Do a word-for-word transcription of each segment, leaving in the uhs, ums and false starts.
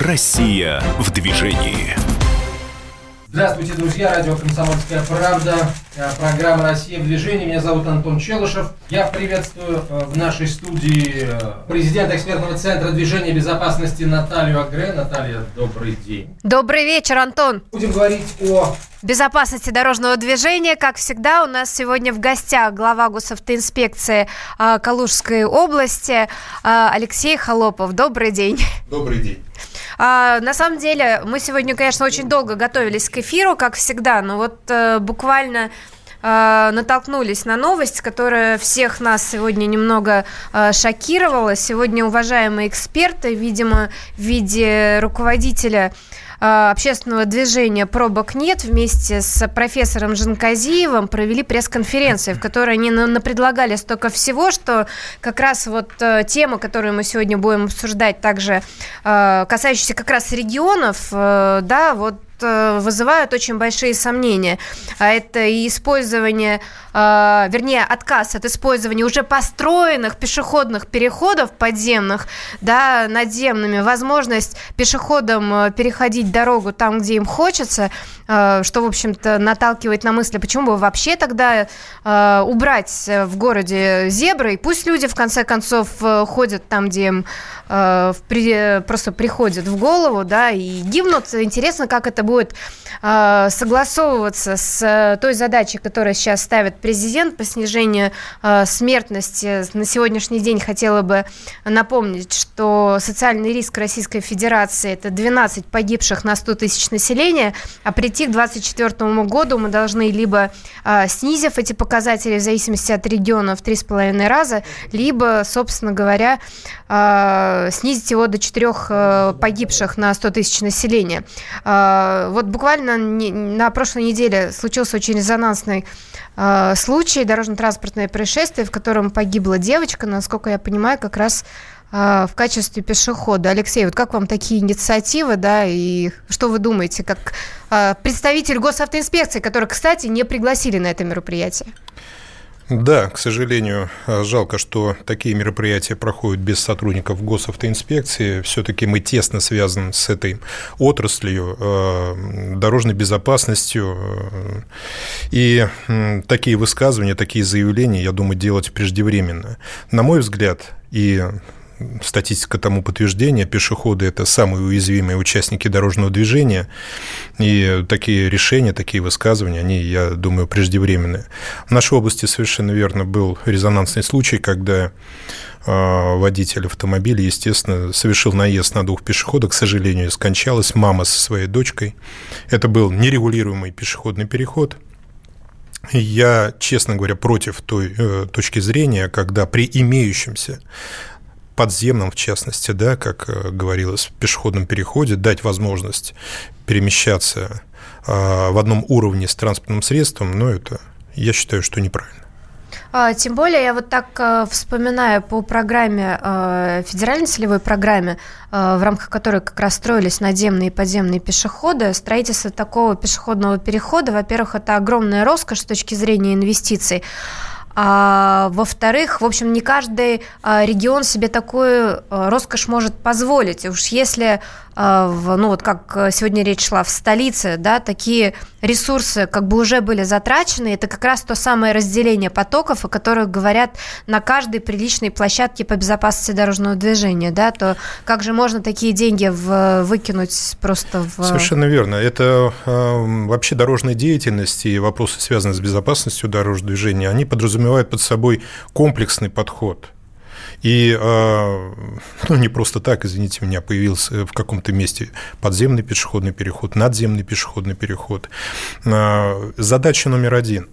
Россия в движении. Здравствуйте, друзья. Радио «Комсомольская правда». Программа «Россия в движении». Меня зовут Антон Челышев. Я приветствую в нашей студии президента экспертного центра движения безопасности Наталью Агре. Наталья, добрый день. Добрый вечер, Антон. Будем говорить о безопасности дорожного движения. Как всегда, у нас сегодня в гостях глава госавтоинспекции э, Калужской области э, Алексей Холопов. Добрый день. Добрый день. А, на самом деле, мы сегодня, конечно, очень долго готовились к эфиру, как всегда, но вот э, буквально э, натолкнулись на новость, которая всех нас сегодня немного э, шокировала. Сегодня уважаемые эксперты, видимо, в виде руководителя общественного движения «Пробок нет» вместе с профессором Жанказиевым провели пресс-конференцию, в которой они напредлагали столько всего, что как раз вот тема, которую мы сегодня будем обсуждать, также касающаяся как раз регионов, да, вот вызывают очень большие сомнения. А это и использование, э, вернее, отказ от использования уже построенных пешеходных переходов подземных, да, надземными, возможность пешеходам переходить дорогу там, где им хочется, э, что, в общем-то, наталкивает на мысли, почему бы вообще тогда э, убрать в городе зебры, и пусть люди, в конце концов, ходят там, где им э, при, просто приходит в голову, да, и гибнут. Интересно, как это будет э, согласовываться с э, той задачей, которую сейчас ставит президент по снижению э, смертности. На сегодняшний день хотела бы напомнить, что социальный риск Российской Федерации – это двенадцать погибших на сто тысяч населения, а прийти к двадцать четвёртому году мы должны либо э, снизив эти показатели в зависимости от региона в три с половиной раза, либо, собственно говоря, э, снизить его до четырех э, погибших на сто тысяч населения. Э, Вот буквально на прошлой неделе случился очень резонансный э, случай, дорожно-транспортное происшествие, в котором погибла девочка, насколько я понимаю, как раз э, в качестве пешехода. Алексей, вот как вам такие инициативы, да, и что вы думаете, как э, представитель госавтоинспекции, который, кстати, не пригласили на это мероприятие? Да, к сожалению, жалко, что такие мероприятия проходят без сотрудников госавтоинспекции. Все-таки мы тесно связаны с этой отраслью, дорожной безопасностью. И такие высказывания, такие заявления, я думаю, делать преждевременно. На мой взгляд, и статистика тому подтверждение, пешеходы – это самые уязвимые участники дорожного движения, и такие решения, такие высказывания, они, я думаю, преждевременные. В нашей области совершенно верно был резонансный случай, когда водитель автомобиля, естественно, совершил наезд на двух пешеходов, к сожалению, скончалась мама со своей дочкой. Это был нерегулируемый пешеходный переход. Я, честно говоря, против той э, точки зрения, когда при имеющемся подземном, в частности, да, как говорилось, в пешеходном переходе, дать возможность перемещаться э, в одном уровне с транспортным средством, но это, я считаю, что неправильно. Тем более, я вот так э, вспоминаю по программе, э, федеральной целевой программе, э, в рамках которой как раз строились надземные и подземные пешеходы, строительство такого пешеходного перехода, во-первых, это огромная роскошь с точки зрения инвестиций, а во-вторых, в общем, не каждый регион себе такую роскошь может позволить. Уж если, ну вот как сегодня речь шла в столице, да, такие ресурсы как бы уже были затрачены, это как раз то самое разделение потоков, о которых говорят на каждой приличной площадке по безопасности дорожного движения, да, то как же можно такие деньги в, выкинуть просто в... Совершенно верно. Это э, вообще дорожная деятельность и вопросы, связанные с безопасностью дорожного движения, они подразумевают под собой комплексный подход. И ну, не просто так, извините меня, появился в каком-то месте подземный пешеходный переход, надземный пешеходный переход. Задача номер один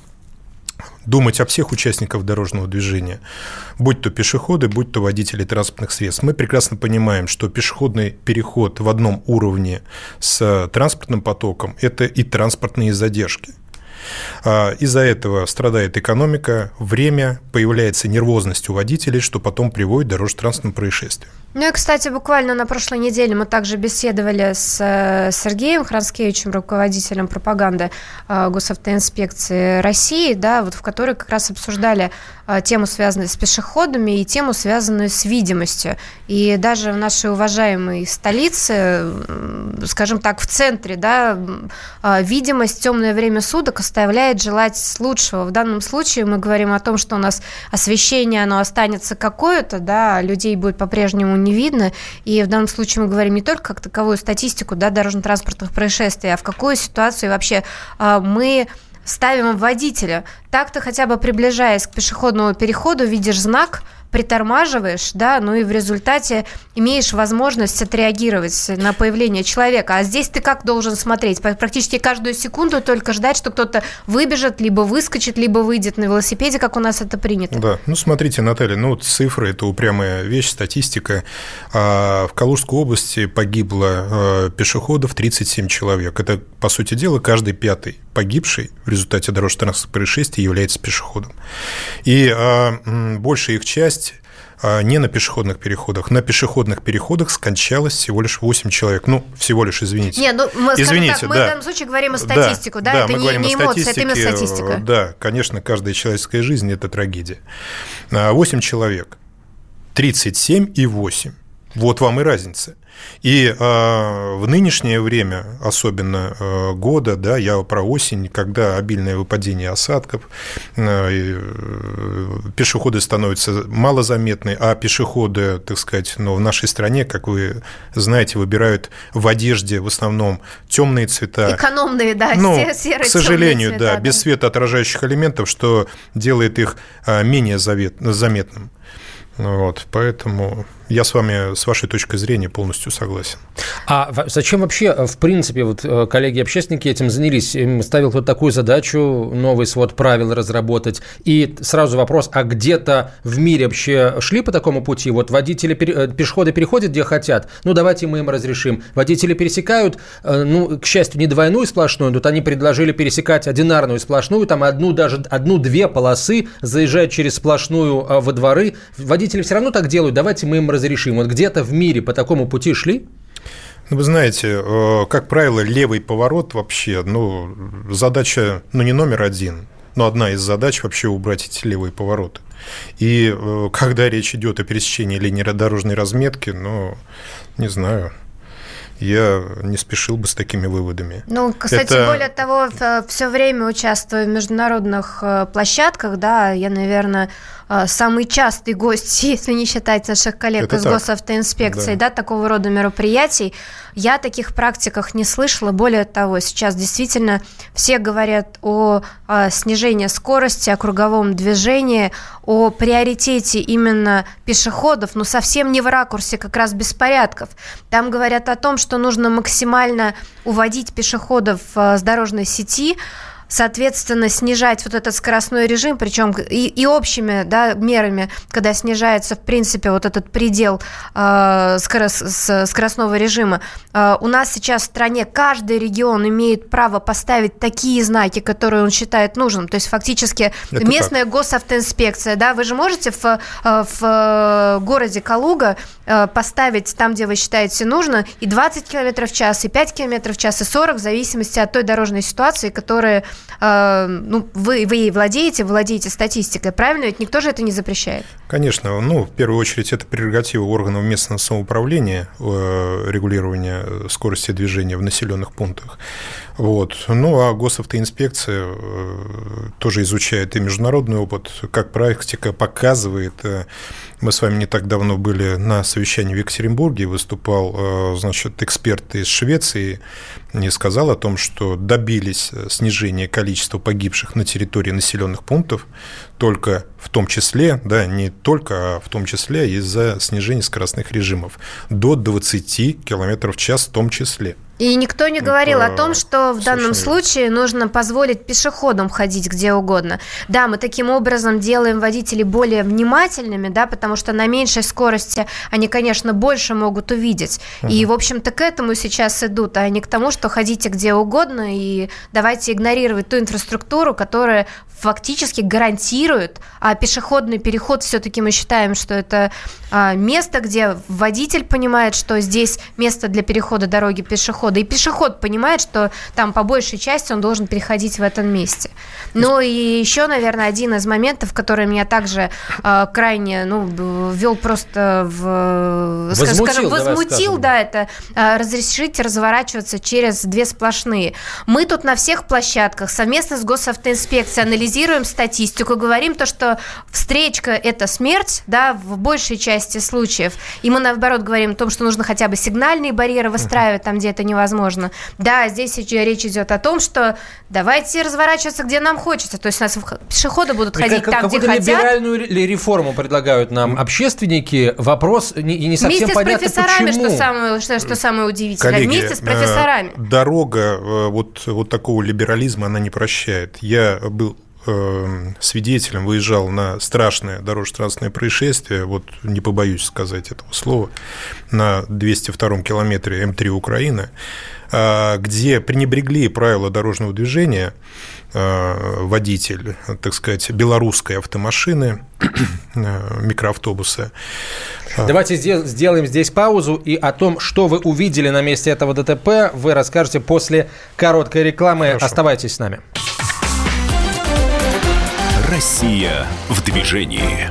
– думать о всех участниках дорожного движения, будь то пешеходы, будь то водители транспортных средств. Мы прекрасно понимаем, что пешеходный переход в одном уровне с транспортным потоком – это и транспортные задержки. Из-за этого страдает экономика, время, появляется нервозность у водителей, что потом приводит к дорожно-транспортным происшествиям. Ну и, кстати, буквально на прошлой неделе мы также беседовали с Сергеем Хранскевичем, руководителем пропаганды Госавтоинспекции России, да, вот в которой как раз обсуждали тему, связанную с пешеходами, и тему, связанную с видимостью. И даже в нашей уважаемой столице, скажем так, в центре, да, видимость в темное время суток оставляет желать лучшего. В данном случае мы говорим о том, что у нас освещение, оно останется какое-то, да, людей будет по-прежнему не видно. И в данном случае мы говорим не только как таковую статистику, да, дорожно-транспортных происшествий, а в какую ситуацию вообще мы ставим водителя. Так-то хотя бы приближаясь к пешеходному переходу, видишь знак, притормаживаешь, да, ну и в результате имеешь возможность отреагировать на появление человека. А здесь ты как должен смотреть? Практически каждую секунду только ждать, что кто-то выбежит, либо выскочит, либо выйдет на велосипеде, как у нас это принято. Да, ну смотрите, Наталья, ну вот цифры – это упрямая вещь, статистика. В Калужской области погибло пешеходов тридцать семь человек. Это, по сути дела, каждый пятый погибший в результате дорожно-транспортных происшествий является пешеходом. И большая их часть не на пешеходных переходах. На пешеходных переходах скончалось всего лишь восемь человек. Ну, всего лишь, извините. Не, ну, мы, извините, так, мы да. в данном случае говорим о статистику, да? да, да? Это мы не, говорим не о эмоции, это именно статистика. Да, конечно, каждая человеческая жизнь – это трагедия. восемь человек, тридцать семь и восемь. Вот вам и разница. И э, в нынешнее время, особенно э, года, да, я про осень, когда обильное выпадение осадков, э, пешеходы становятся малозаметны, а пешеходы, так сказать, ну, в нашей стране, как вы знаете, выбирают в одежде в основном темные цвета. Экономные, да, ну, серые, к сожалению, цвета, да, да, без светоотражающих элементов, что делает их менее заметным. Вот, поэтому я с вами, с вашей точки зрения, полностью согласен. А зачем вообще, в принципе, вот коллеги-общественники этим занялись? Им ставил кто-то такую задачу, новый свод правил разработать. И сразу вопрос, а где-то в мире вообще шли по такому пути? Вот водители, пешеходы переходят, где хотят, ну, давайте мы им разрешим. Водители пересекают, ну, к счастью, не двойную сплошную, тут они предложили пересекать одинарную сплошную, там одну, даже одну-две полосы, заезжают через сплошную во дворы. Водители все равно так делают, давайте мы им разрешим. разрешим. Вот где-то в мире по такому пути шли? Ну, вы знаете, как правило, левый поворот вообще, ну, задача, ну, не номер один, но одна из задач вообще убрать эти левые повороты. И когда речь идет о пересечении линии дорожной разметки, ну, не знаю, я не спешил бы с такими выводами. Ну, кстати, Это... более того, все время участвую в международных площадках, да, я, наверное, самый частый гость, если не считать наших коллег Это из так. Госавтоинспекции, да. да, такого рода мероприятий. Я о таких практиках не слышала. Более того, сейчас действительно все говорят о, о снижении скорости, о круговом движении, о приоритете именно пешеходов, но совсем не в ракурсе как раз беспорядков. Там говорят о том, что нужно максимально уводить пешеходов с дорожной сети, соответственно, снижать вот этот скоростной режим, причем и, и общими, да, мерами, когда снижается, в принципе, вот этот предел э, скорос, скоростного режима. Э, у нас сейчас в стране каждый регион имеет право поставить такие знаки, которые он считает нужным. То есть, фактически, Это местная так. госавтоинспекция, да, вы же можете в, в городе Калуга поставить там, где вы считаете нужно, и двадцать километров в час, и пять километров в час, и сорок, в зависимости от той дорожной ситуации, которая ну, вы, вы владеете, владеете статистикой, правильно? Ведь никто же это не запрещает. Конечно. Ну, в первую очередь, это прерогатива органов местного самоуправления, регулирования скорости движения в населенных пунктах. Вот. Ну, а госавтоинспекция тоже изучает и международный опыт, как практика показывает. Мы с вами не так давно были на совещании в Екатеринбурге, выступал, значит, эксперт из Швеции и сказал о том, что добились снижения количества погибших на территории населенных пунктов только в том числе, да, не только, а в том числе из-за снижения скоростных режимов до двадцати километров в час в том числе. И никто не говорил Это о том, что в данном случае нужно позволить пешеходам ходить где угодно. Да, мы таким образом делаем водителей более внимательными, да, потому что на меньшей скорости они, конечно, больше могут увидеть. Uh-huh. И, в общем-то, к этому сейчас идут, а не к тому, что ходите где угодно и давайте игнорировать ту инфраструктуру, которая фактически гарантирует, а пешеходный переход все-таки мы считаем, что это а, место, где водитель понимает, что здесь место для перехода дороги пешехода, и пешеход понимает, что там по большей части он должен переходить в этом месте. Ну и еще, наверное, один из моментов, который меня также а, крайне, ну, ввел просто в... Возмутил, скажем, возмутил, да, это а, разрешить разворачиваться через две сплошные. Мы тут на всех площадках совместно с госавтоинспекцией анализируем статистику, говорим то, что встречка – это смерть, да, в большей части случаев. И мы, наоборот, говорим о том, что нужно хотя бы сигнальные барьеры выстраивать там, где это невозможно. Да, здесь речь идет о том, что давайте разворачиваться, где нам хочется. То есть у нас пешеходы будут и ходить как, там, где хотят. Какую-то либеральную реформу предлагают нам общественники. Вопрос не, не совсем Вместе понятно, с профессорами, почему. Что самое, что, что самое удивительное. Коллеги, Вместе с профессорами. Дорога вот, вот такого либерализма, она не прощает. Я был свидетелем, выезжал на страшное дорожно-транспортное происшествие, вот не побоюсь сказать этого слова, на двести втором километре эм три Украины, где пренебрегли правила дорожного движения водитель, так сказать, белорусской автомашины, микроавтобуса. Давайте сделаем здесь паузу, и о том, что вы увидели на месте этого ДТП, вы расскажете после короткой рекламы. Хорошо. Оставайтесь с нами. Россия в движении.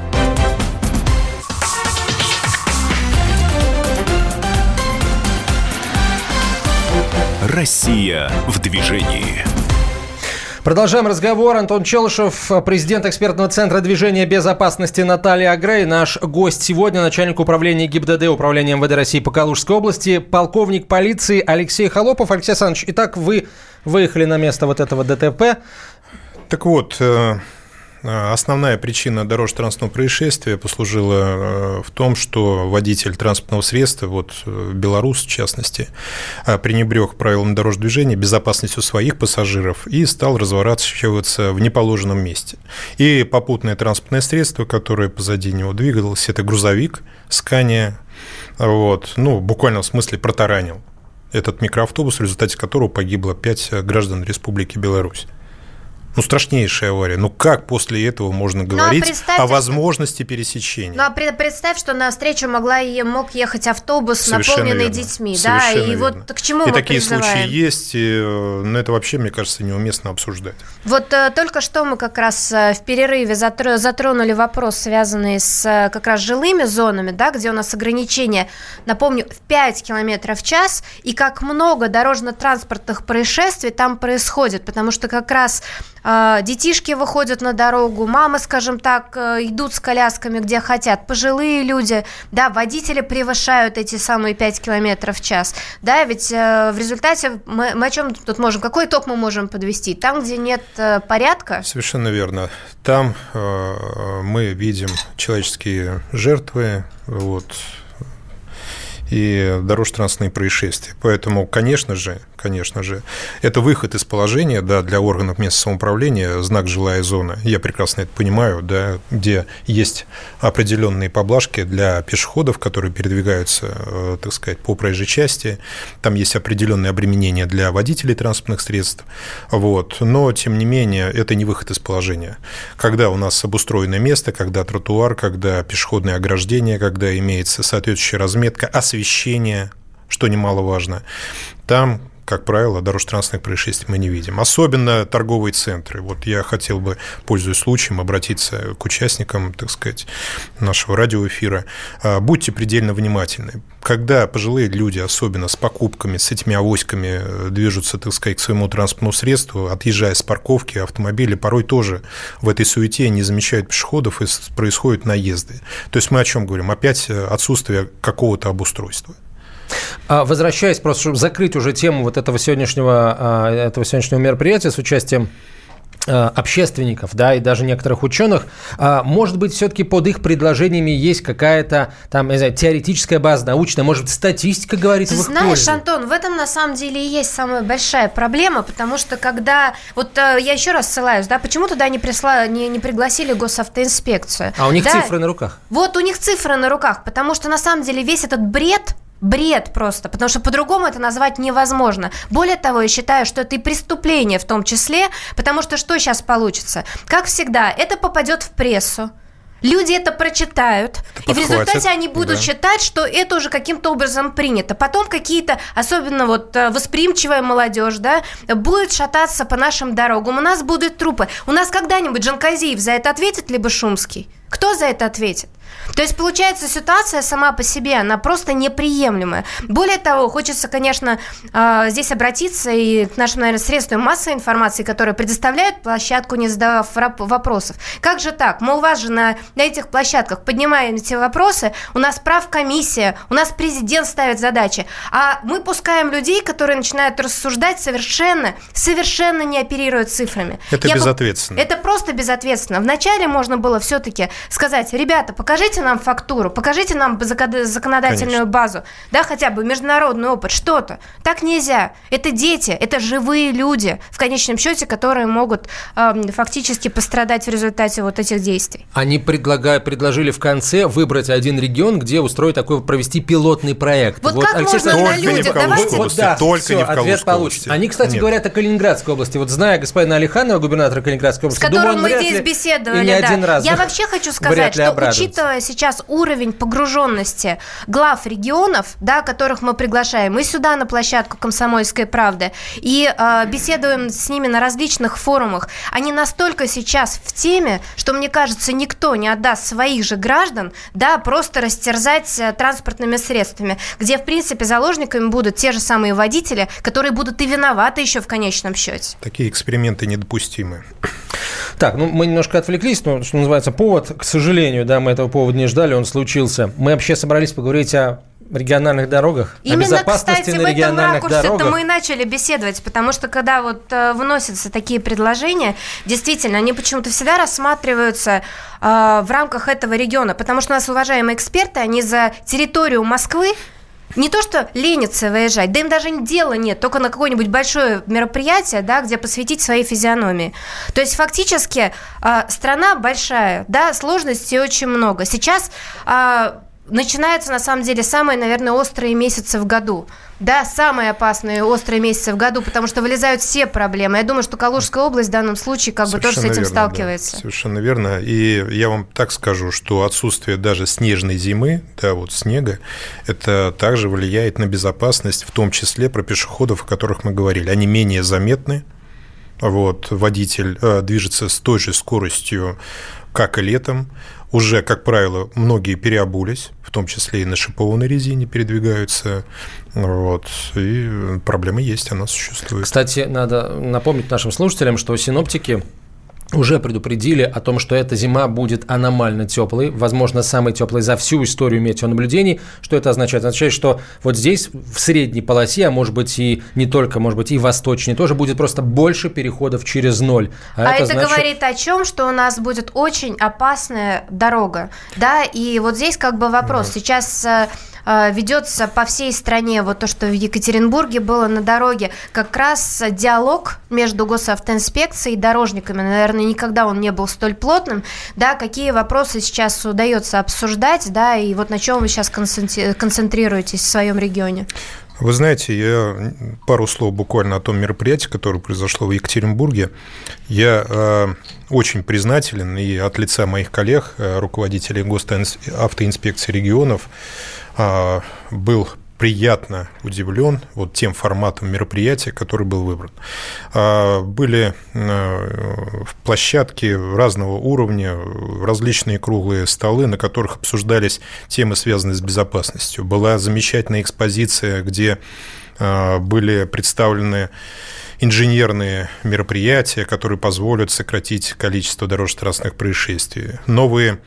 Россия в движении. Продолжаем разговор. Антон Челышев, президент экспертного центра движения безопасности Наталья Агрей. Наш гость сегодня, начальник управления ГИБДД, управления эм вэ дэ России по Калужской области, полковник полиции Алексей Холопов. Алексей Александрович, итак, вы выехали на место вот этого ДТП. Так вот, основная причина дорожно-транспортного происшествия послужила в том, что водитель транспортного средства, вот белорус в частности, пренебрег правилам дорожного движения, безопасностью своих пассажиров и стал разворачиваться в неположенном месте. И попутное транспортное средство, которое позади него двигалось, это грузовик Scania, вот, ну, буквально в смысле протаранил этот микроавтобус, в результате которого погибло пять граждан Республики Беларусь. Ну, страшнейшая авария. Ну, как после этого можно говорить ну, а о возможности пересечения? Ну, а представь, что на встречу могла, мог ехать автобус, совершенно наполненный верно. детьми. Совершенно да, и верно. вот к чему и мы такие призываем? случаи есть, и, но это вообще, мне кажется, неуместно обсуждать. Вот э, только что мы как раз э, в перерыве затр... затронули вопрос, связанный с э, как раз жилыми зонами, да, где у нас ограничения, напомню, в пять километров в час, и как много дорожно-транспортных происшествий там происходит, потому что как раз детишки выходят на дорогу, мамы, скажем так, идут с колясками, где хотят, пожилые люди, да, водители превышают эти самые пять километров в час, да, ведь в результате мы, мы о чем тут можем, какой итог мы можем подвести? Там, где нет порядка? Совершенно верно. Там э, мы видим человеческие жертвы, вот, и дорожно-транспортные происшествия. Поэтому, конечно же, конечно же, это выход из положения, да, для органов местного самоуправления, знак «жилая зона». Я прекрасно это понимаю, да, где есть определенные поблажки для пешеходов, которые передвигаются, так сказать, по проезжей части. Там есть определенные обременения для водителей транспортных средств. Вот. Но, тем не менее, это не выход из положения. Когда у нас обустроенное место, когда тротуар, когда пешеходное ограждение, когда имеется соответствующая разметка, освещение, что немаловажно, там, как правило, дорожно-транспортных происшествий мы не видим. Особенно торговые центры. Вот я хотел бы, пользуясь случаем, обратиться к участникам, так сказать, нашего радиоэфира. Будьте предельно внимательны. Когда пожилые люди, особенно с покупками, с этими авоськами, движутся, так сказать, к своему транспортному средству, отъезжая с парковки, автомобили порой тоже в этой суете не замечают пешеходов, и происходят наезды. То есть мы о чем говорим? Опять отсутствие какого-то обустройства. Возвращаясь, просто чтобы закрыть уже тему вот этого сегодняшнего, этого сегодняшнего мероприятия с участием общественников, да, и даже некоторых ученых, может быть, все-таки под их предложениями есть какая-то там, не знаю, теоретическая база научная, может быть, статистика говорит в их Знаешь, пользу. Антон, в этом на самом деле и есть самая большая проблема, потому что когда, вот я еще раз ссылаюсь, да, почему туда не, присла, не, не пригласили госавтоинспекцию? А у них да? цифры на руках. Вот у них цифры на руках, потому что на самом деле весь этот бред, Бред просто, потому что по-другому это назвать невозможно. Более того, я считаю, что это и преступление в том числе, потому что что сейчас получится? Как всегда, это попадет в прессу. Люди это прочитают, это и в результате они будут да. считать, что это уже каким-то образом принято. Потом какие-то, особенно вот восприимчивая молодежь, да, будет шататься по нашим дорогам. У нас будут трупы. У нас когда-нибудь Джанкозиев за это ответит, либо Шумский? Кто за это ответит? То есть, получается, ситуация сама по себе, она просто неприемлемая. Более того, хочется, конечно, здесь обратиться и к нашим, наверное, средствам массовой информации, которые предоставляют площадку, не задавав вопросов. Как же так? Мы у вас же на, на этих площадках поднимаем эти вопросы, у нас правкомиссия, у нас президент ставит задачи, а мы пускаем людей, которые начинают рассуждать совершенно, совершенно не оперируя цифрами. Это Я безответственно. Бы, это просто безответственно. Вначале можно было все-таки сказать: ребята, покажите нам фактуру, покажите нам законодательную Конечно. базу, да, хотя бы международный опыт, что-то. Так нельзя. Это дети, это живые люди, в конечном счете, которые могут э, фактически пострадать в результате вот этих действий. Они предлагают, предложили в конце выбрать один регион, где устроить такой, провести пилотный проект. Вот, вот как Алексей можно на людях? Давайте... Вот, да, только все, не в Калужской области. Они, кстати, Нет. говорят о Калининградской области. Вот зная господина Алиханова, губернатора Калининградской области, с которым думаю, мы здесь беседовали, не да. один раз, Я да, вообще хочу сказать, что учитывая сейчас уровень погруженности глав регионов, да, которых мы приглашаем и сюда на площадку «Комсомольской правды», и э, беседуем с ними на различных форумах, они настолько сейчас в теме, что, мне кажется, никто не отдаст своих же граждан, да, просто растерзать э, транспортными средствами, где, в принципе, заложниками будут те же самые водители, которые будут и виноваты еще в конечном счете. Такие эксперименты недопустимы. Так, ну мы немножко отвлеклись, но, что называется, повод, к сожалению, да, мы этого повода не ждали, он случился. Мы вообще собрались поговорить о региональных дорогах, Именно, о безопасности кстати, на региональных в этом ракурсе-то дорогах. мы и начали беседовать, потому что когда вот э, выносятся такие предложения, действительно, они почему-то всегда рассматриваются э, в рамках этого региона, потому что у нас уважаемые эксперты, они за территорию Москвы не то что ленятся выезжать, да им даже дела нет, только на какое-нибудь большое мероприятие, да, где посвятить своей физиономии. То есть фактически э, страна большая, да, сложностей очень много. Сейчас э, начинаются, на самом деле, самые, наверное, острые месяцы в году. Да, самые опасные острые месяцы в году, потому что вылезают все проблемы. Я думаю, что Калужская область в данном случае как бы тоже с этим верно, сталкивается. Да, совершенно верно. И я вам так скажу, что отсутствие даже снежной зимы, да, вот снега, это также влияет на безопасность, в том числе про пешеходов, о которых мы говорили. Они менее заметны. Вот, водитель э, движется с той же скоростью, как и летом. Уже, как правило, многие переобулись, в том числе и на шипованной резине передвигаются. Вот. И проблема есть, она существует. Кстати, надо напомнить нашим слушателям, что синоптики уже предупредили о том, что эта зима будет аномально теплой, возможно, самой теплой за всю историю метеонаблюдений. Что это означает? Это означает, что вот здесь, в средней полосе, а может быть и не только, может быть и восточнее, тоже будет просто больше переходов через ноль. А, а это, это значит... говорит о чем? Что у нас будет очень опасная дорога. Да, и вот здесь как бы вопрос. Да. Сейчас ведется по всей стране вот то, что в Екатеринбурге было на дороге, как раз диалог между госавтоинспекцией и дорожниками. Наверное, никогда он не был столь плотным. Да, какие вопросы сейчас удается обсуждать, да, и вот на чем вы сейчас концентрируетесь в своем регионе? Вы знаете, я пару слов буквально о том мероприятии, которое произошло в Екатеринбурге. Я э, очень признателен и от лица моих коллег, э, руководителей госавтоинспекции регионов, э, был приятно удивлен вот тем форматом мероприятия, который был выбран. Были площадки разного уровня, различные круглые столы, на которых обсуждались темы, связанные с безопасностью. Была замечательная экспозиция, где были представлены инженерные мероприятия, которые позволят сократить количество дорожно-транспортных происшествий. Новые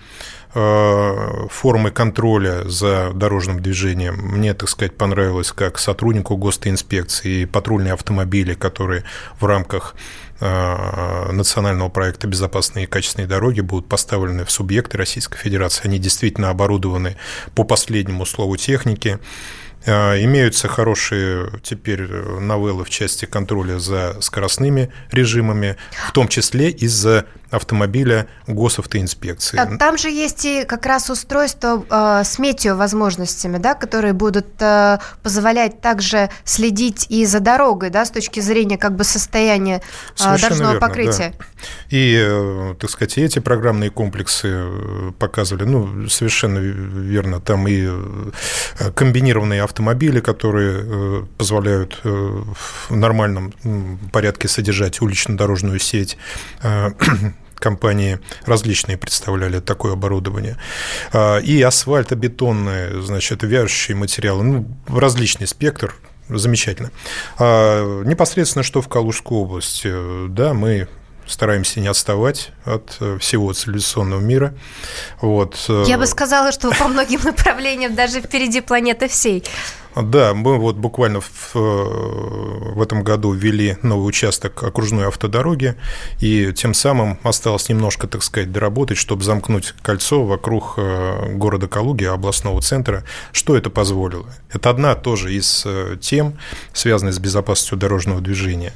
формы контроля за дорожным движением. Мне, так сказать, понравилось как сотруднику госинспекции и патрульные автомобили, которые в рамках национального проекта «Безопасные и качественные дороги» будут поставлены в субъекты Российской Федерации. Они действительно оборудованы по последнему слову техники. Имеются хорошие теперь новеллы в части контроля за скоростными режимами, в том числе из-за автомобиля госавтоинспекции. Так, там же есть и как раз устройство э, с метеовозможностями, да, которые будут э, позволять также следить и за дорогой, да, с точки зрения как бы состояния э, дорожного верно, покрытия. Да. И, э, так сказать, эти программные комплексы показывали, ну, совершенно верно, там и комбинированные автомобили, которые э, позволяют э, в нормальном порядке содержать улично-дорожную сеть. Э, компании различные представляли такое оборудование. И асфальтобетонные, значит, вяжущие материалы, ну, различный спектр, замечательно. Непосредственно, что в Калужской области, да, мы стараемся не отставать от всего цивилизационного мира. Вот. Я бы сказала, что по многим направлениям даже впереди планеты всей. Да, мы вот буквально в, в этом году ввели новый участок окружной автодороги, и тем самым осталось немножко, так сказать, доработать, чтобы замкнуть кольцо вокруг города Калуги, областного центра. Что это позволило? Это одна тоже из тем, связанных с безопасностью дорожного движения.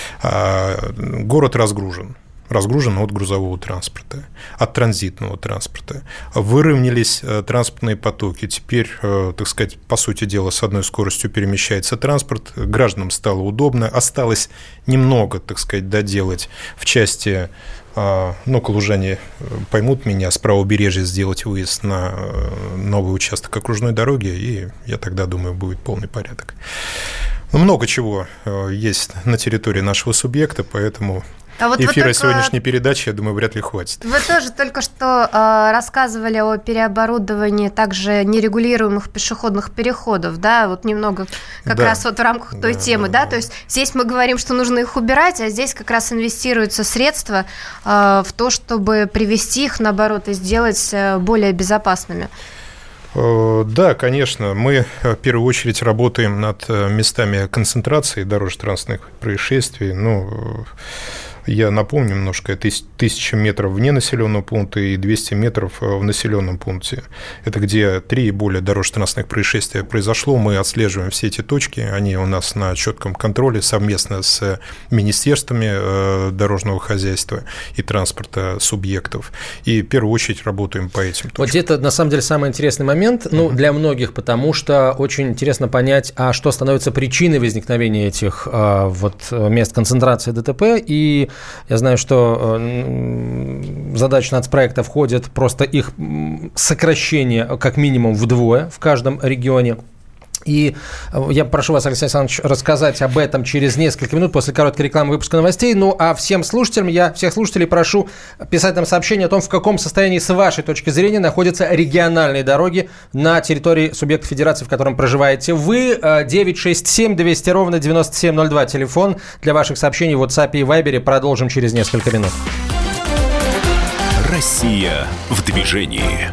Город разгружен. разгружен от грузового транспорта, от транзитного транспорта. Выровнялись транспортные потоки. Теперь, так сказать, по сути дела, с одной скоростью перемещается транспорт. Гражданам стало удобно. Осталось немного, так сказать, доделать в части, ну, калужане поймут меня, с правобережья сделать выезд на новый участок окружной дороги, и я тогда думаю, будет полный порядок. Много чего есть на территории нашего субъекта, поэтому... А вот эфира только... сегодняшней передачи, я думаю, вряд ли хватит. Вы тоже только что э, рассказывали о переоборудовании также нерегулируемых пешеходных переходов, да, вот немного как да. раз вот в рамках той да, темы, да, да, да, то есть здесь мы говорим, что нужно их убирать, а здесь как раз инвестируются средства э, в то, чтобы привести их, наоборот, и сделать более безопасными. Да, конечно, мы в первую очередь работаем над местами концентрации дорожно-транспортных происшествий, ну... Я напомню немножко, это тысяча метров вне населенного пункта и двести метров в населенном пункте. Это где три и более дорожно-транспортных происшествия произошло. Мы отслеживаем все эти точки, они у нас на четком контроле совместно с министерствами дорожного хозяйства и транспорта субъектов. И в первую очередь работаем по этим точкам. Вот это на самом деле самый интересный момент, ну, для многих, потому что очень интересно понять, а что становится причиной возникновения этих вот мест концентрации ДТП. И я знаю, что в задачу нацпроекта входит просто их сокращение как минимум вдвое в каждом регионе. И я прошу вас, Алексей Александрович, рассказать об этом через несколько минут после короткой рекламы выпуска новостей. Ну, а всем слушателям, я всех слушателей прошу писать нам сообщение о том, в каком состоянии, с вашей точки зрения, находятся региональные дороги на территории субъекта федерации, в котором проживаете вы. девять шесть семь двести ровно девяносто семь ноль два. Телефон для ваших сообщений в WhatsApp и Viber. Продолжим через несколько минут. Россия в движении.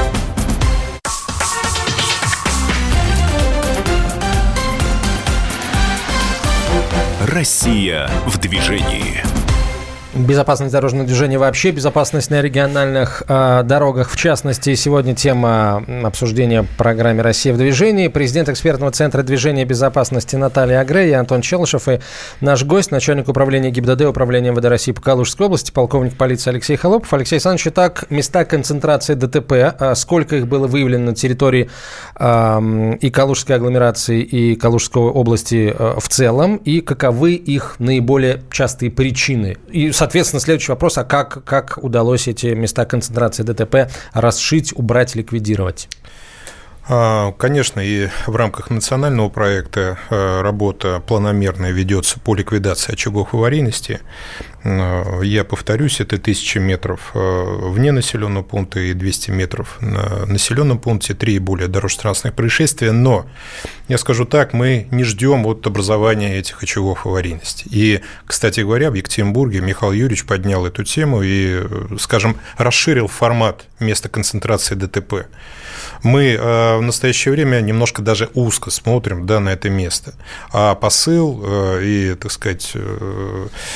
Россия в движении. Безопасность дорожного движения вообще, безопасность на региональных э, дорогах в частности. Сегодня тема обсуждения в программе «Россия в движении». Президент экспертного центра движения безопасности Наталья Агре и Антон Челышев, и наш гость, начальник управления ГИБДД Управления МВД России по Калужской области, полковник полиции Алексей Холопов. Алексей Александрович, итак, места концентрации ДТП, э, сколько их было выявлено на территории э, и Калужской агломерации, и Калужской области э, в целом, и каковы их наиболее частые причины? И, соответственно, следующий вопрос, а как, как удалось эти места концентрации ДТП расшить, убрать, ликвидировать? Конечно, и в рамках национального проекта работа планомерная ведется по ликвидации очагов аварийности. Я повторюсь, это тысяча метров вне населенного пункта и двести метров на населенном пункте, три и более дорожно-транспортных происшествия. Но, я скажу так, мы не ждем от образования этих очагов аварийности. И, кстати говоря, в Екатеринбурге Михаил Юрьевич поднял эту тему и, скажем, расширил формат места концентрации ДТП. Мы в настоящее время немножко даже узко смотрим, да, на это место. А посыл и, так сказать,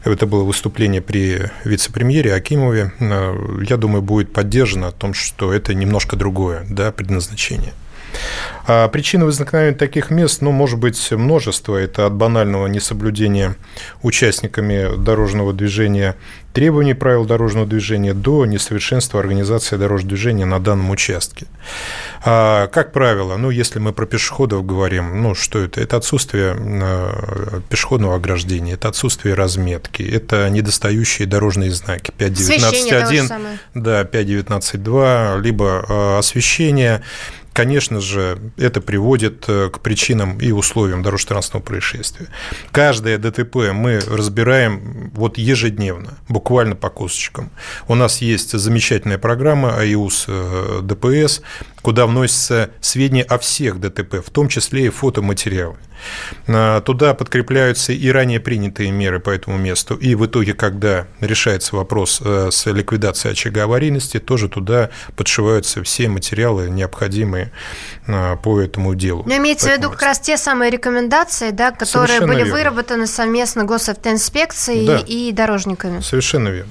это было выступление при вице-премьере Акимове, я думаю, будет поддержано о том, что это немножко другое, да, предназначение. А причины возникновения таких мест, ну, может быть, множество. Это от банального несоблюдения участниками дорожного движения требований правил дорожного движения до несовершенства организации дорожного движения на данном участке. А, как правило, ну, если мы про пешеходов говорим, ну, что это? Это отсутствие пешеходного ограждения, это отсутствие разметки, это недостающие дорожные знаки пять девятнадцать один, да, пять девятнадцать два, либо освещение. Конечно же, это приводит к причинам и условиям дорожно-транспортного происшествия. Каждое ДТП мы разбираем вот ежедневно, буквально по косточкам. У нас есть замечательная программа АИУС ДПС, куда вносятся сведения о всех ДТП, в том числе и фотоматериалы. Туда подкрепляются и ранее принятые меры по этому месту. И в итоге, когда решается вопрос с ликвидацией очага аварийности, тоже туда подшиваются все материалы, необходимые по этому делу. Но имеется в виду как раз те самые рекомендации, да, которые Совершенно были верно. выработаны совместно госавтоинспекцией да. и дорожниками. Совершенно верно.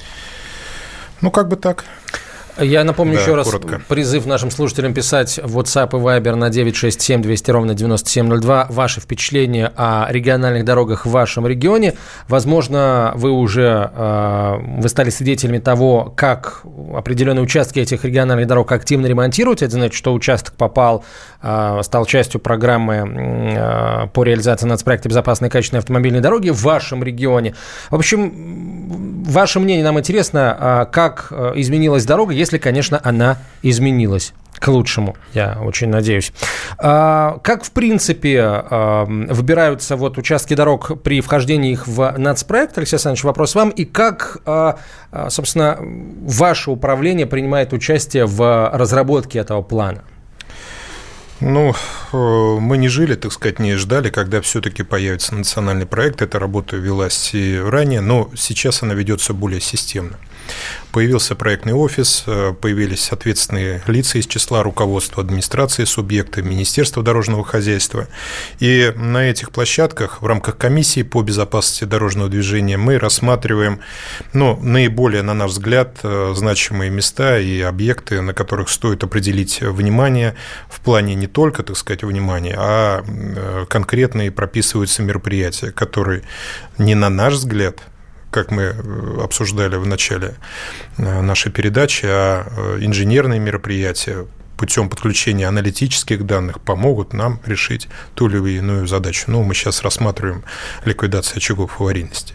Ну, как бы так. Я напомню да, еще раз коротко. Призыв нашим слушателям писать в WhatsApp и Viber на девять шесть семь двести ровно девяносто семь ноль два ваши впечатления о региональных дорогах в вашем регионе. Возможно, вы уже вы стали свидетелями того, как определенные участки этих региональных дорог активно ремонтируют. Это значит, что участок попал, стал частью программы по реализации нацпроекта «Безопасные и качественные автомобильные дороги» в вашем регионе. В общем, ваше мнение нам интересно, как изменилась дорога, если, конечно, она изменилась к лучшему, я очень надеюсь. Как, в принципе, выбираются вот участки дорог при вхождении их в нацпроект? Алексей Александрович, вопрос вам. И как, собственно, ваше управление принимает участие в разработке этого плана? Ну, мы не жили, так сказать, не ждали, когда все-таки появится национальный проект. Эта работа велась и ранее, но сейчас она ведется более системно. Появился проектный офис, появились ответственные лица из числа руководства администрации субъекта, Министерства дорожного хозяйства. И на этих площадках в рамках комиссии по безопасности дорожного движения мы рассматриваем, ну, наиболее, на наш взгляд, значимые места и объекты, на которых стоит определить внимание в плане не только, так сказать, внимания, а конкретные прописываются мероприятия, которые не на наш взгляд, как мы обсуждали в начале нашей передачи, а инженерные мероприятия путем подключения аналитических данных помогут нам решить ту или иную задачу. Ну, мы сейчас рассматриваем ликвидацию очагов аварийности.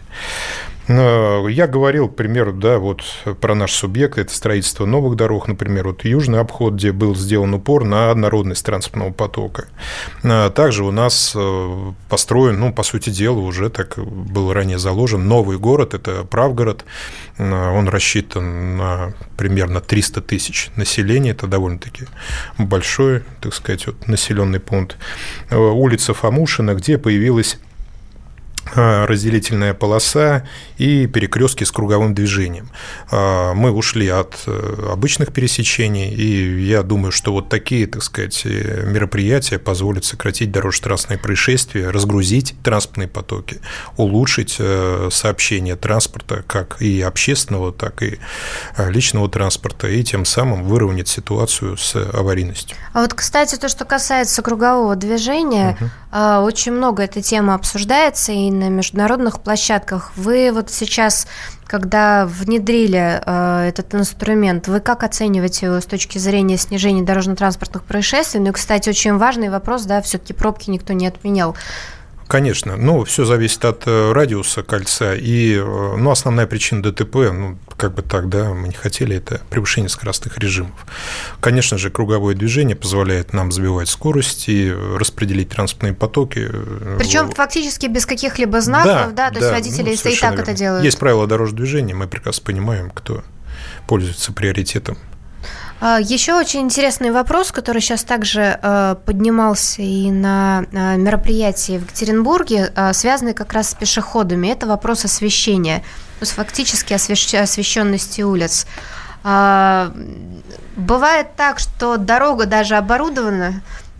Я говорил, к примеру, да, вот про наш субъект, это строительство новых дорог, например, вот южный обход, где был сделан упор на однородность транспортного потока. Также у нас построен, ну, по сути дела, уже так был ранее заложен новый город, это Правгород, он рассчитан на примерно триста тысяч населения, это довольно-таки большой, так сказать, вот, населенный пункт. Улица Фомушина, где появилась разделительная полоса и перекрестки с круговым движением. Мы ушли от обычных пересечений, и я думаю, что вот такие, так сказать, мероприятия позволят сократить дорожно-транспортные происшествия, разгрузить транспортные потоки, улучшить сообщение транспорта, как и общественного, так и личного транспорта, и тем самым выровнять ситуацию с аварийностью. А вот, кстати, то, что касается кругового движения, угу. очень много эта тема обсуждается и на международных площадках. Вы вот сейчас, когда внедрили э, этот инструмент, вы как оцениваете его с точки зрения снижения дорожно-транспортных происшествий? Ну и, кстати, очень важный вопрос, да, все-таки пробки никто не отменял. Конечно, ну, все зависит от радиуса кольца, и, ну, основная причина ДТП, ну, как бы так, да, мы не хотели, это превышение скоростных режимов. Конечно же, круговое движение позволяет нам сбивать скорость и распределить транспортные потоки. Причем фактически без каких-либо знаков, да, да, то да, есть водители, ну, если и так верно. Это делают. Есть правила дорожного движения, мы прекрасно понимаем, кто пользуется приоритетом. Еще очень интересный вопрос, который сейчас также э, поднимался и на э, мероприятии в Екатеринбурге, э, связанный как раз с пешеходами. Это вопрос освещения, то есть фактически освещ... освещенности улиц. Э, бывает так, что дорога даже оборудована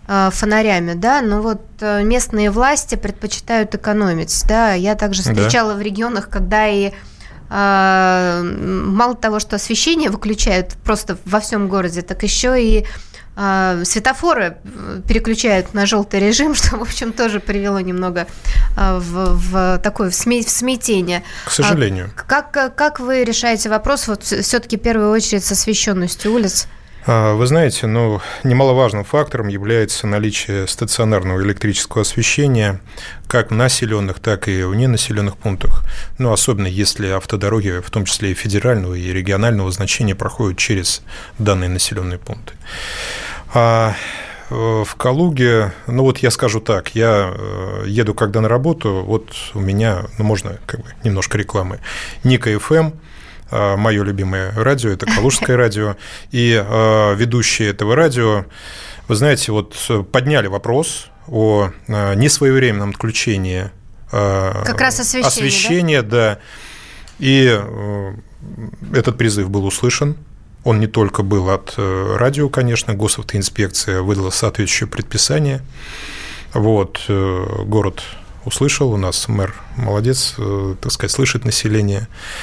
фонарями, да, но вот местные власти предпочитают экономить, да. Я также встречала да. в регионах, когда и мало того, что освещение выключают просто во всем городе, так еще и светофоры переключают на желтый режим, что, в общем, тоже привело немного в, в такое в смятение. К сожалению. Как, как вы решаете вопрос вот все-таки в первую очередь с освещенностью улиц? Вы знаете, ну, немаловажным фактором является наличие стационарного электрического освещения как в населенных, так и в ненаселенных пунктах. Ну, особенно если автодороги, в том числе и федерального, и регионального значения, проходят через данные населенные пункты. А в Калуге, ну вот я скажу так, я еду когда на работу, вот у меня, ну можно как бы немножко рекламы, Ника эф эм, мое любимое радио, это Калужское радио, и ведущие этого радио, вы знаете, вот подняли вопрос о несвоевременном отключении как раз освещение, освещения, да? да, и этот призыв был услышан. Он не только был от радио, конечно, госавтоинспекция выдала соответствующее предписание. Вот, город услышал, у нас мэр молодец, так сказать, слышит население,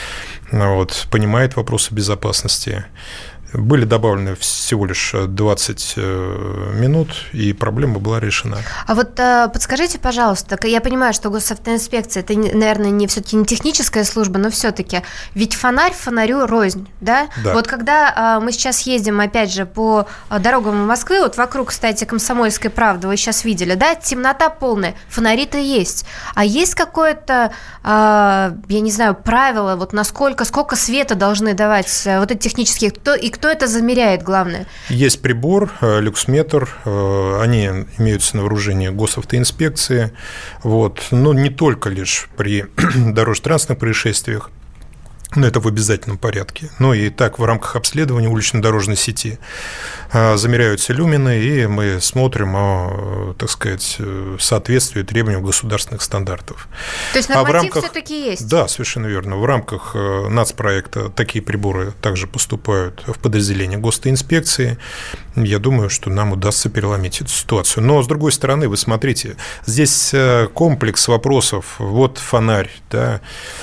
вот, понимает вопросы безопасности. Были добавлены всего лишь двадцать минут, и проблема была решена. А вот подскажите, пожалуйста, я понимаю, что госавтоинспекция – это, наверное, не все-таки не техническая служба, но все-таки ведь фонарь фонарю рознь, да? Да. Вот когда мы сейчас ездим, опять же, по дорогам Москвы, вот вокруг, кстати, Комсомольской правды, вы сейчас видели, да, темнота полная, фонари-то есть. А есть какое-то, я не знаю, правило, вот насколько, сколько света должны давать вот эти технические, кто и кто это замеряет, главное? Есть прибор, люксметр, они имеются на вооружении госавтоинспекции, вот, но не только лишь при дорожно-транспортных происшествиях, но это в обязательном порядке, но и так в рамках обследования улично-дорожной сети замеряются люмины, и мы смотрим о, так сказать, соответствии требованиям государственных стандартов. То есть норматив а в рамках, все-таки есть? Да, совершенно верно. В рамках нацпроекта такие приборы также поступают в подразделение госавтоинспекции. Я думаю, что нам удастся переломить эту ситуацию. Но, с другой стороны, вы смотрите, здесь комплекс вопросов. Вот фонарь, да,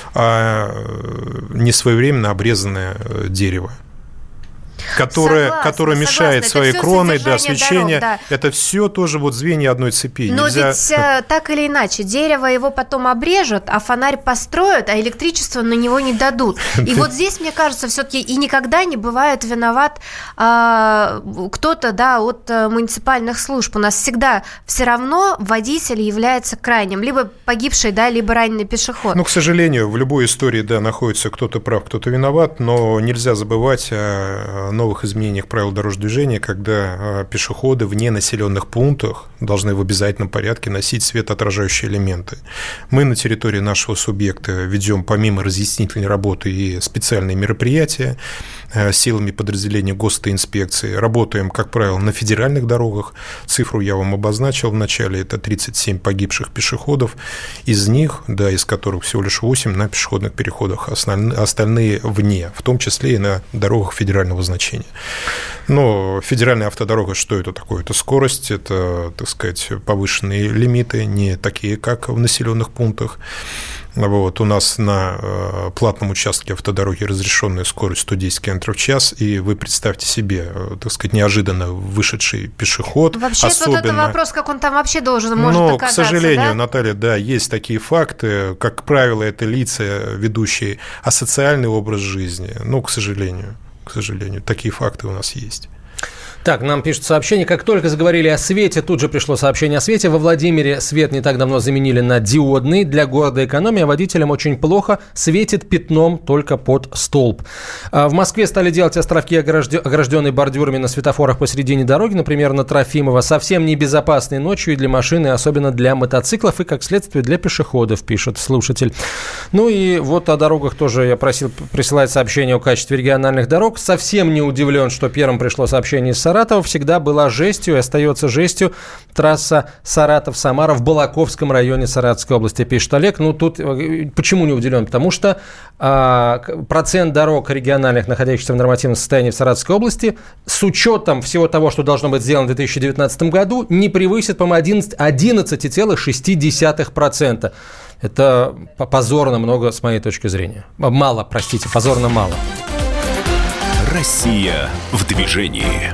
а несвоевременно обрезанное дерево, которое, согласна, которое мешает согласна. своей кроной, да, освещение. Дорог, да. Это все тоже вот звенья одной цепи. Но Нельзя... ведь так или иначе, дерево его потом обрежут, а фонарь построят, а электричество на него не дадут. И вот здесь, мне кажется, все-таки и никогда не бывает виноват а, кто-то, да, от муниципальных служб. У нас всегда все равно водитель является крайним, либо погибший, да, либо раненый пешеход. Ну, к сожалению, в любой истории, да, находится кто-то прав, кто-то виноват, но нельзя забывать о новых изменениях правил дорожного движения, когда пешеходы в ненаселенных пунктах должны в обязательном порядке носить светоотражающие элементы. Мы на территории нашего субъекта ведем помимо разъяснительной работы и специальные мероприятия силами подразделения госавтоинспекции. Работаем, как правило, на федеральных дорогах. Цифру я вам обозначил в начале, это тридцать семь погибших пешеходов. Из них, да, из которых всего лишь восемь на пешеходных переходах, остальные вне, в том числе и на дорогах федерального значения. Но федеральная автодорога, что это такое? Это скорость, это, так сказать, повышенные лимиты, не такие, как в населенных пунктах. Вот, у нас на платном участке автодороги разрешенная скорость сто десять километров в час, и вы представьте себе, так сказать, неожиданно вышедший пешеход. Вообще, особенно... вот это вопрос, как он там вообще должен, может Но, оказаться, к сожалению, да? Наталья, да, есть такие факты. Как правило, это лица, ведущие асоциальный образ жизни. Ну, к сожалению, к сожалению, такие факты у нас есть. Так, нам пишут сообщение. Как только заговорили о свете, тут же пришло сообщение о свете. Во Владимире свет не так давно заменили на диодный. Для города экономия водителям очень плохо. Светит пятном только под столб. В Москве стали делать островки, огражденные бордюрами на светофорах посередине дороги, например, на Трофимова. Совсем небезопасные ночью и для машины, особенно для мотоциклов и, как следствие, для пешеходов, пишет слушатель. Ну и вот о дорогах тоже я просил присылать сообщение о качестве региональных дорог. Совсем не удивлен, что первым пришло сообщение из Саратова. Саратова всегда была жестью и остается жестью трасса Саратов-Самара в Балаковском районе Саратовской области, пишет Олег. Ну, тут почему не удивлен? Потому что а, процент дорог региональных, находящихся в нормативном состоянии в Саратовской области, с учетом всего того, что должно быть сделано в две тысячи девятнадцатом году, не превысит, по-моему, одиннадцать целых шесть десятых процента. Это позорно много, с моей точки зрения. Мало, простите, позорно мало. Россия в движении.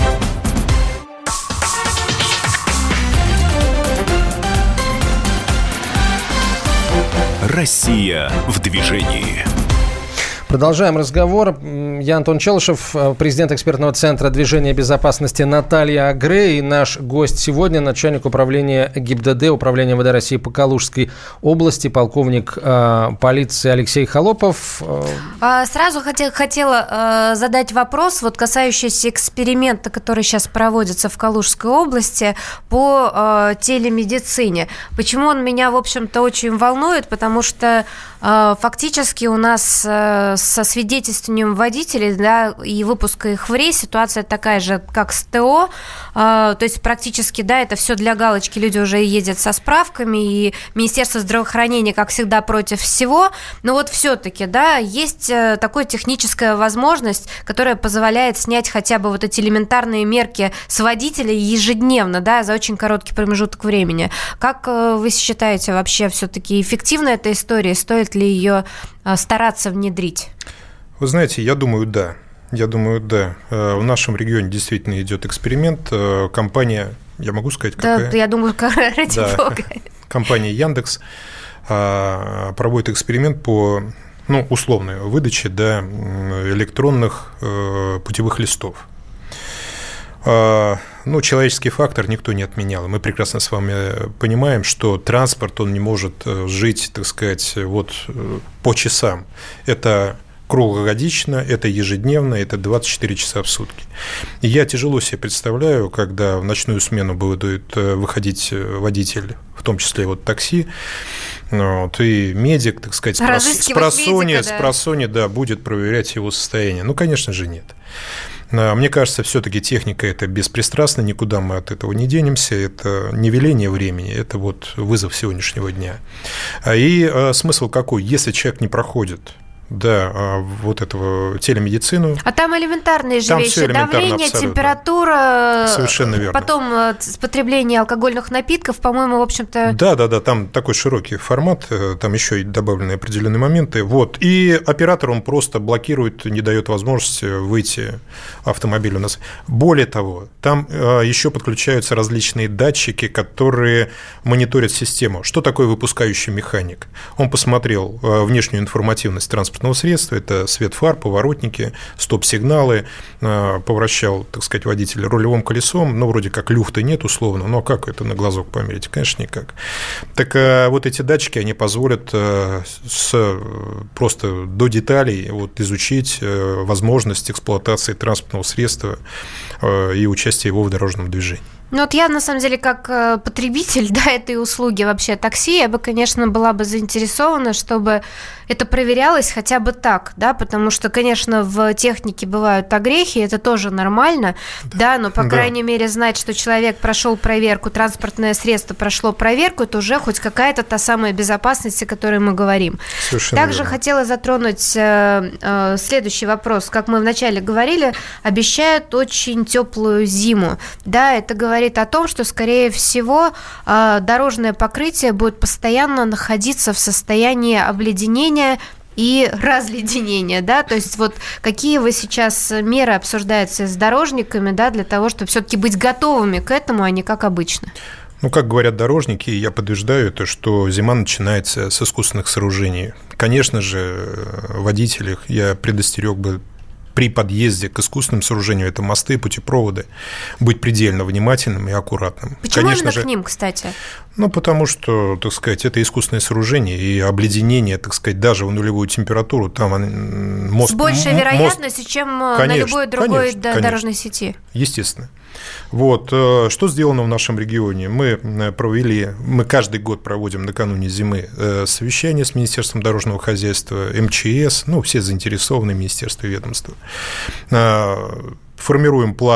Россия в движении. Продолжаем разговор. Я Антон Челышев, президент экспертного центра движения безопасности Наталья Агре, и наш гость сегодня начальник управления ГИБДД, управления МВД России по Калужской области, полковник э, полиции Алексей Холопов. Сразу хотел, хотела э, задать вопрос, вот касающийся эксперимента, который сейчас проводится в Калужской области по э, телемедицине. Почему он меня, в общем-то, очень волнует? Потому что э, фактически у нас э, со свидетельствованием водителей, да, и выпуска их в рейс ситуация такая же, как с ТО, э, то есть практически, да, это все для галочки, люди уже ездят со справками, и Министерство здравоохранения, как всегда, против всего, но вот все-таки, да, есть такая техническая возможность, которая позволяет снять хотя бы вот эти элементарные мерки с водителя ежедневно, да, за очень короткий промежуток времени. Как вы считаете, вообще все-таки эффективна эта история, стоит ли ее стараться внедрить? Вы знаете, я думаю, да. Я думаю, да. В нашем регионе действительно идет эксперимент. Компания, я могу сказать, какая? Да, я думаю, ради да. бога. Компания Яндекс проводит эксперимент по, ну, условной выдаче, да, электронных путевых листов. Ну, человеческий фактор никто не отменял. Мы прекрасно с вами понимаем, что транспорт, он не может жить, так сказать, вот по часам. Это круглогодично, это ежедневно, это двадцать четыре часа в сутки. И я тяжело себе представляю, когда в ночную смену будет выходить водитель, в том числе вот такси, вот, и медик, так сказать, с просони, с просони, да, будет проверять его состояние. Ну, конечно же, нет. Мне кажется, все-таки техника – это беспристрастно, никуда мы от этого не денемся, это не веление времени, это вот вызов сегодняшнего дня. И смысл какой? Если человек не проходит, да, вот этого телемедицину. А там элементарные же там вещи. Давление, абсолютно. Температура. Совершенно верно. Потом потребление алкогольных напитков, по-моему, в общем-то. Да, да, да, там такой широкий формат, там еще и добавлены определенные моменты. Вот. И оператор, он просто блокирует, не дает возможности выйти автомобилю. У нас. Более того, там еще подключаются различные датчики, которые мониторят систему. Что такое выпускающий механик? Он посмотрел внешнюю информативность транспорта средства, это свет фар, поворотники, стоп-сигналы, повращал, так сказать, водитель рулевым колесом, ну, вроде как люфта нет условно, но как это на глазок померить? Конечно, никак. Так вот эти датчики, они позволят с, просто до деталей вот, изучить возможность эксплуатации транспортного средства и участия его в дорожном движении. Ну вот я, на самом деле, как потребитель, да, этой услуги вообще такси, я бы, конечно, была бы заинтересована, чтобы это проверялось хотя бы так, да, потому что, конечно, в технике бывают огрехи, это тоже нормально, да, да но, по да. крайней мере, знать, что человек прошел проверку, транспортное средство прошло проверку, это уже хоть какая-то та самая безопасность, о которой мы говорим. Совершенно Также верно. Хотела затронуть э, э, следующий вопрос. Как мы вначале говорили, обещают очень теплую зиму, да, это говорит о том, что, скорее всего, дорожное покрытие будет постоянно находиться в состоянии обледенения и разледенения, да, то есть вот какие вы сейчас меры обсуждаете с дорожниками, да, для того, чтобы все-таки быть готовыми к этому, а не как обычно? Ну, как говорят дорожники, я подтверждаю это, что зима начинается с искусственных сооружений. Конечно же, водителей я предостерег бы при подъезде к искусственным сооружениям, это мосты, путепроводы, быть предельно внимательным и аккуратным. Почему Конечно именно же, к ним, кстати? Ну, потому что, так сказать, это искусственное сооружение, и обледенение, так сказать, даже в нулевую температуру, там мост... С большей мост, вероятностью, чем конечно, на любой другой конечно, дорожной конечно. сети. Естественно. Вот, что сделано в нашем регионе? Мы провели, мы каждый год проводим накануне зимы совещание с Министерством дорожного хозяйства, эм че эс, ну, все заинтересованные министерства и ведомства. Формируем план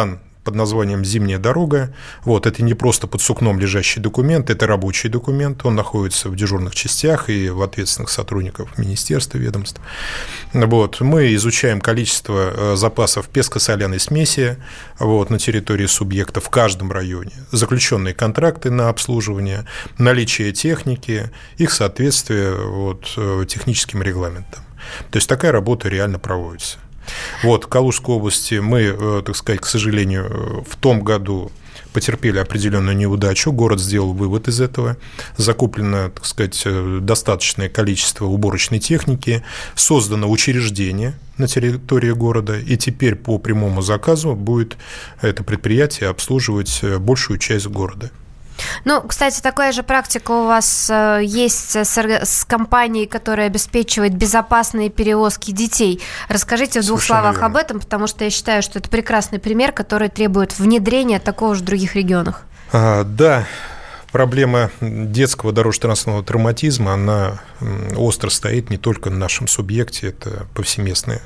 под названием «Зимняя дорога». Вот, это не просто под сукном лежащий документ, это рабочий документ. Он находится в дежурных частях и в ответственных сотрудников министерства, ведомств. Вот, мы изучаем количество запасов песко-соляной смеси вот, на территории субъекта в каждом районе, заключенные контракты на обслуживание, наличие техники, их соответствие вот, техническим регламентам. То есть такая работа реально проводится. Вот, в Калужской области мы, так сказать, к сожалению, в том году потерпели определенную неудачу, город сделал вывод из этого, закуплено, так сказать, достаточное количество уборочной техники, создано учреждение на территории города, и теперь по прямому заказу будет это предприятие обслуживать большую часть города. Ну, кстати, такая же практика у вас э, есть с, с компанией, которая обеспечивает безопасные перевозки детей. Расскажите в двух Совершенно словах верно. Об этом, потому что я считаю, что это прекрасный пример, который требует внедрения такого же в других регионах. А, да, проблема детского дорожно-транспортного травматизма, она остро стоит не только на нашем субъекте, это повсеместная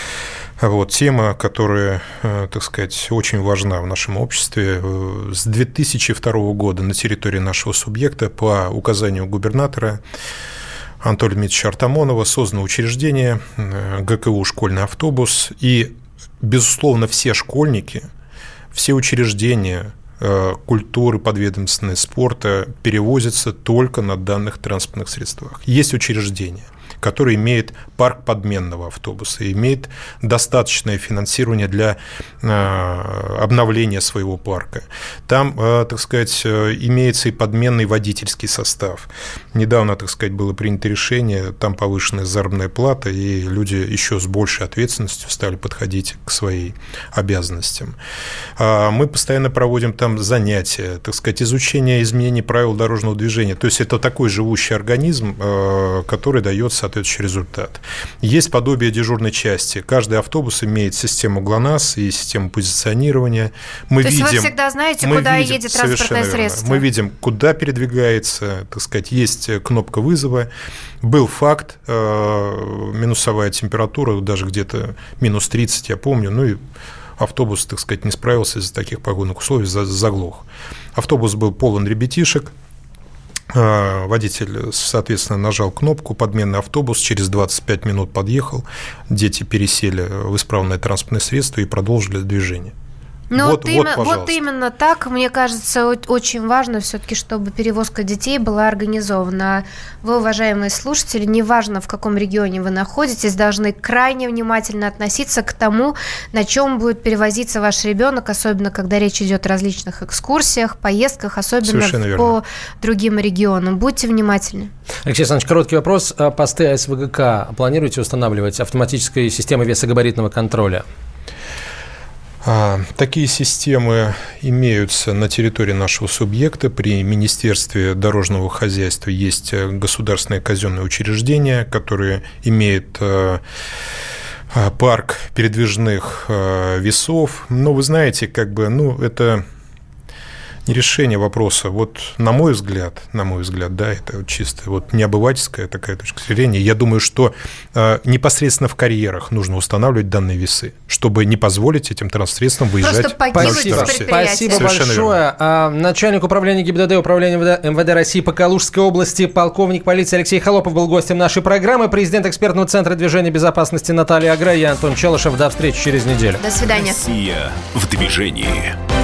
Вот, тема, которая, так сказать, очень важна в нашем обществе. С две тысячи второго года на территории нашего субъекта по указанию губернатора Анатолия Дмитриевича Артамонова создано учреждение ГКУ «Школьный автобус». И, безусловно, все школьники, все учреждения культуры подведомственной, спорта перевозятся только на данных транспортных средствах. Есть учреждения, который имеет парк подменного автобуса, имеет достаточное финансирование для обновления своего парка. Там, так сказать, имеется и подменный водительский состав. Недавно, так сказать, было принято решение, там повышенная заработная плата, и люди еще с большей ответственностью стали подходить к своим обязанностям. Мы постоянно проводим там занятия, так сказать, изучение изменений правил дорожного движения. То есть это такой живущий организм, который дает соответствующий результат. Есть подобие дежурной части. Каждый автобус имеет систему ГЛОНАСС и систему позиционирования. Мы То видим, есть вы всегда знаете, куда видим, едет транспортное средство? Мы видим, куда передвигается, так сказать, есть кнопка вызова. Был факт, э, минусовая температура, даже где-то минус тридцать, я помню, ну и автобус, так сказать, не справился из-за таких погодных условий, заглох. Автобус был полон ребятишек. Водитель, соответственно, нажал кнопку, подменный автобус, через двадцать пять минут подъехал, дети пересели в исправное транспортное средство и продолжили движение. Ну, вот, вот, вот, им, вот именно так, мне кажется, очень важно все-таки, чтобы перевозка детей была организована. Вы, уважаемые слушатели, неважно, в каком регионе вы находитесь, должны крайне внимательно относиться к тому, на чем будет перевозиться ваш ребенок, особенно когда речь идет о различных экскурсиях, поездках, особенно по другим регионам. Будьте внимательны. Алексей Александрович, короткий вопрос. Посты АСВГК планируете устанавливать автоматической системой весогабаритного контроля? Такие системы имеются на территории нашего субъекта. При Министерстве дорожного хозяйства есть государственное казенное учреждение, которое имеет парк передвижных весов. Но вы знаете, как бы, ну, это не решение вопроса. Вот на мой взгляд, на мой взгляд, да, это чисто вот не обывательская такая точка зрения. Я думаю, что э, непосредственно в карьерах нужно устанавливать данные весы, чтобы не позволить этим транспортсредствам выезжать. Просто покинуть Спасибо, предприятие. Спасибо большое. А, начальник управления ГИБДД Управления МВД России по Калужской области, полковник полиции Алексей Холопов был гостем нашей программы. Президент экспертного центра движения безопасности Наталья Агра, я Антон Челышев. До встречи через неделю. До свидания. Россия в движении.